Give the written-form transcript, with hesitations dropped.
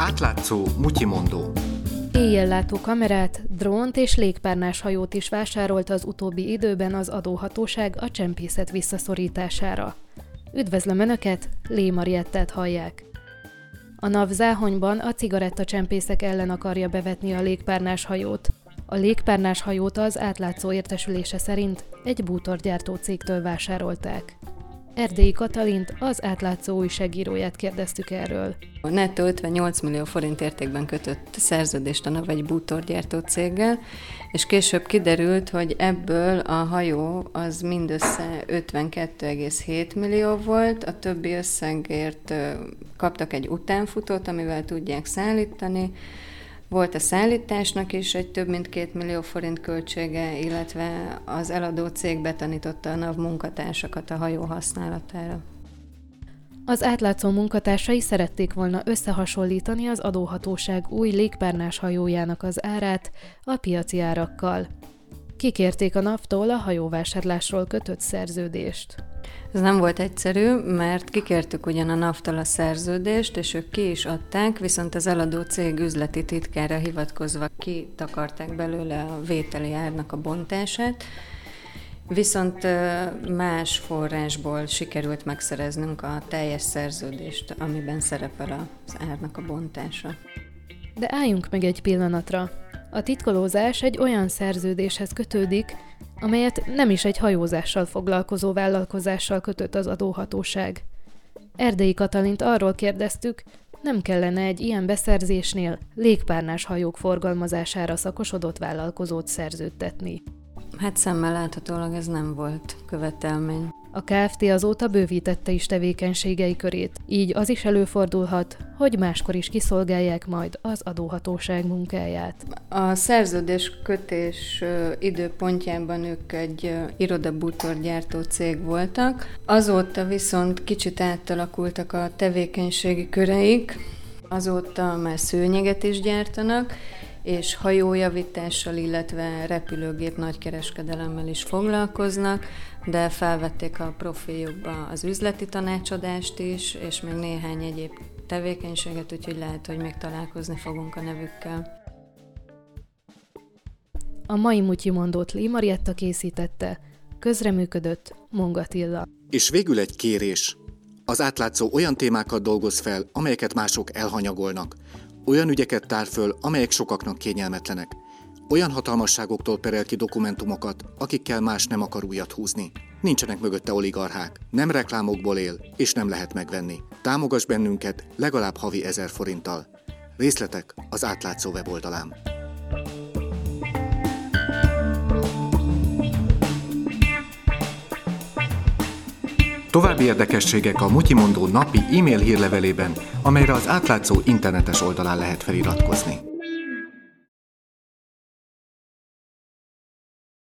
Átlátszó mutyimondó. Éjjellátó kamerát, drónt és légpárnás hajót is vásárolt az utóbbi időben az adóhatóság a csempészet visszaszorítására. Üdvözlöm Önöket, Lé Mariettát hallják. A NAV Záhonyban a cigarettacsempészek ellen akarja bevetni a légpárnás hajót. A légpárnás hajót az Átlátszó értesülése szerint egy bútorgyártó cégtől vásárolták. Erdélyi Katalint, az Átlátszó újságíróját kérdeztük erről. A nettó 58 millió forint értékben kötött szerződést a NAV egy bútorgyártó céggel, és később kiderült, hogy ebből a hajó az mindössze 52,7 millió volt, a többi összegért kaptak egy utánfutót, amivel tudják szállítani. Volt a szállításnak is egy több mint 2 millió forint költsége, illetve az eladó cég betanította a NAV munkatársakat a hajó használatára. Az Átlátszó munkatársai szerették volna összehasonlítani az adóhatóság új légpárnás hajójának az árát a piaci árakkal. Kikérték a NAV-tól a hajóvásárlásról kötött szerződést. Ez nem volt egyszerű, mert kikértük ugyan a NAV-tól a szerződést, és ők ki is adták, viszont az eladó cég üzleti titkára hivatkozva kitakarták belőle a vételi árnak a bontását, viszont más forrásból sikerült megszereznünk a teljes szerződést, amiben szerepel az árnak a bontása. De álljunk meg egy pillanatra. A titkolózás egy olyan szerződéshez kötődik, amelyet nem is egy hajózással foglalkozó vállalkozással kötött az adóhatóság. Erdélyi Katalint arról kérdeztük, nem kellene egy ilyen beszerzésnél légpárnás hajók forgalmazására szakosodott vállalkozót szerződtetni. Hát szemmel láthatólag ez nem volt követelmény. A Kft. Azóta bővítette is tevékenységei körét, így az is előfordulhat, hogy máskor is kiszolgálják majd az adóhatóság munkáját. A szerződés kötés időpontjában ők egy irodabútorgyártó cég voltak, azóta viszont kicsit átalakultak a tevékenységi köreik, azóta már szőnyeget is gyártanak, és hajójavítással, illetve repülőgép nagykereskedelemmel is foglalkoznak, de felvették a profiljukba az üzleti tanácsadást is, és még néhány egyéb tevékenységet, úgyhogy lehet, hogy még találkozni fogunk a nevükkel. A mai mutyimondót Lé Marietta készítette, közreműködött Mong Attila. És végül egy kérés. Az Átlátszó olyan témákat dolgoz fel, amelyeket mások elhanyagolnak. Olyan ügyeket tár föl, amelyek sokaknak kényelmetlenek. Olyan hatalmasságoktól perel ki dokumentumokat, akikkel más nem akar újat húzni. Nincsenek mögötte oligarchák, nem reklámokból él, és nem lehet megvenni. Támogass bennünket legalább havi 1000 forinttal. Részletek az Átlátszó weboldalán. További érdekességek a Mutyimondó napi e-mail hírlevelében, amelyre az Átlátszó internetes oldalán lehet feliratkozni.